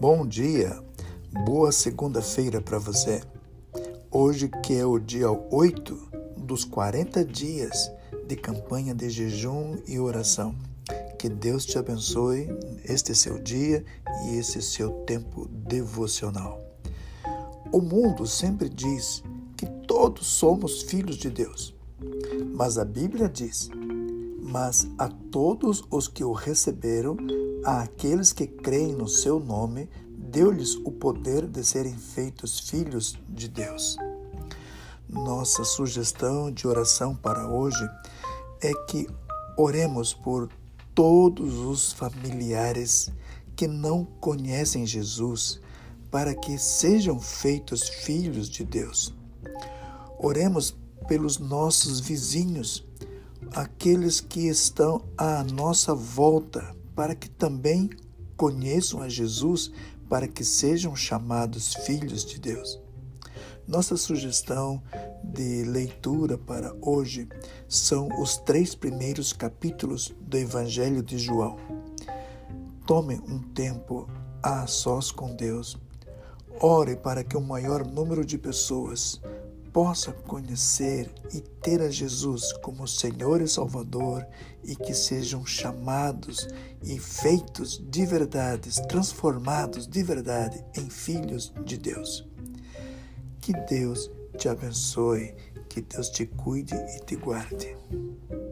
Bom dia, boa segunda-feira para você. Hoje que é o dia 8 dos 40 dias de campanha de jejum e oração. Que Deus te abençoe este seu dia e esse seu tempo devocional. O mundo sempre diz que todos somos filhos de Deus, mas a Bíblia diz: mas a todos os que o receberam, àqueles que creem no seu nome, deu-lhes o poder de serem feitos filhos de Deus. Nossa sugestão de oração para hoje é que oremos por todos os familiares que não conhecem Jesus, para que sejam feitos filhos de Deus. Oremos pelos nossos vizinhos, aqueles que estão à nossa volta, para que também conheçam a Jesus, para que sejam chamados filhos de Deus. Nossa sugestão de leitura para hoje são os 3 primeiros capítulos do Evangelho de João. Tome um tempo a sós com Deus. Ore para que o maior número de pessoas possa conhecer e ter a Jesus como Senhor e Salvador e que sejam chamados e feitos de verdade, transformados de verdade em filhos de Deus. Que Deus te abençoe, que Deus te cuide e te guarde.